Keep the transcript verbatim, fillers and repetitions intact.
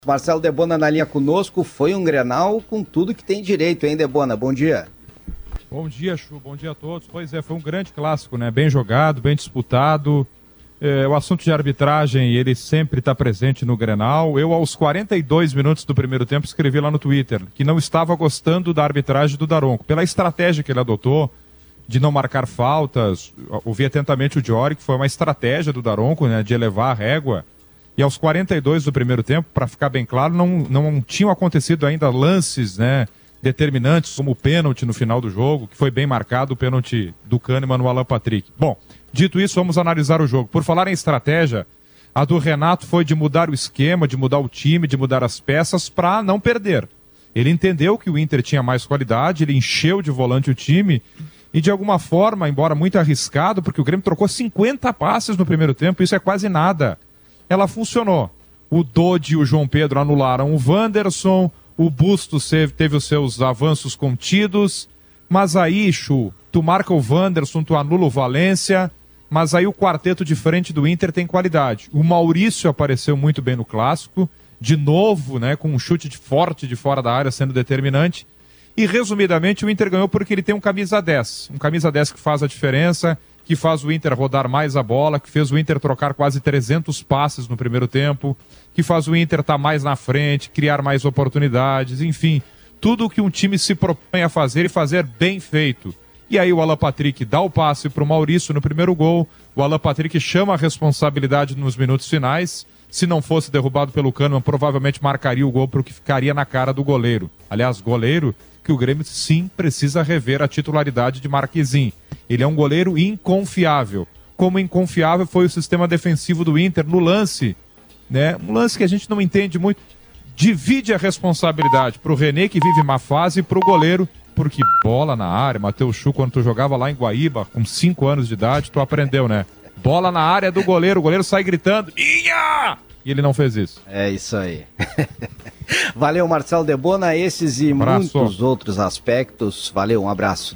Marcelo Debona na linha conosco, foi um Grenal com tudo que tem direito, hein, Debona? Bom dia. Bom dia, Chu, bom dia a todos. Pois é, foi um grande clássico, né? Bem jogado, bem disputado. É, o assunto de arbitragem, ele sempre está presente no Grenal. Eu, aos quarenta e dois minutos do primeiro tempo, escrevi lá no Twitter que não estava gostando da arbitragem do Daronco, pela estratégia que ele adotou de não marcar faltas. Ouvi atentamente o Diori, que foi uma estratégia do Daronco, né, de elevar a régua. E aos quarenta e dois do primeiro tempo, para ficar bem claro, não, não tinham acontecido ainda lances, né, determinantes, como o pênalti no final do jogo, que foi bem marcado, o pênalti do Kahneman no Alan Patrick. Bom, dito isso, vamos analisar o jogo. Por falar em estratégia, a do Renato foi de mudar o esquema, de mudar o time, de mudar as peças para não perder. Ele entendeu que o Inter tinha mais qualidade, ele encheu de volante o time e, de alguma forma, embora muito arriscado, porque o Grêmio trocou cinquenta passes no primeiro tempo, isso é quase nada. Ela funcionou. O Dodi e o João Pedro anularam o Wanderson, o Bustos teve os seus avanços contidos, mas aí, Chu, tu marca o Wanderson, tu anula o Valência, mas aí o quarteto de frente do Inter tem qualidade. O Maurício apareceu muito bem no clássico, de novo, né, com um chute de forte de fora da área sendo determinante. E, resumidamente, o Inter ganhou porque ele tem um camisa dez. Um camisa dez que faz a diferença, que faz o Inter rodar mais a bola, que fez o Inter trocar quase trezentos passes no primeiro tempo, que faz o Inter estar mais na frente, criar mais oportunidades, enfim, tudo o que um time se propõe a fazer e fazer bem feito. E aí o Alan Patrick dá o passe para o Maurício no primeiro gol, o Alan Patrick chama a responsabilidade nos minutos finais. Se não fosse derrubado pelo Kahneman, provavelmente marcaria o gol para o que ficaria na cara do goleiro. Aliás, goleiro que o Grêmio sim precisa rever a titularidade de Marquezin. Ele é um goleiro inconfiável. Como inconfiável foi o sistema defensivo do Inter no lance, né? Um lance que a gente não entende muito. Divide a responsabilidade para o René, que vive má fase, e para o goleiro, porque bola na área. Matheus Chu, quando tu jogava lá em Guaíba, com cinco anos de idade, tu aprendeu, né? Bola na área do goleiro, o goleiro sai gritando, minha! E ele não fez isso. É isso aí. Valeu, Marcelo Debona, esses e um abraço. Muitos outros aspectos. Valeu, um abraço.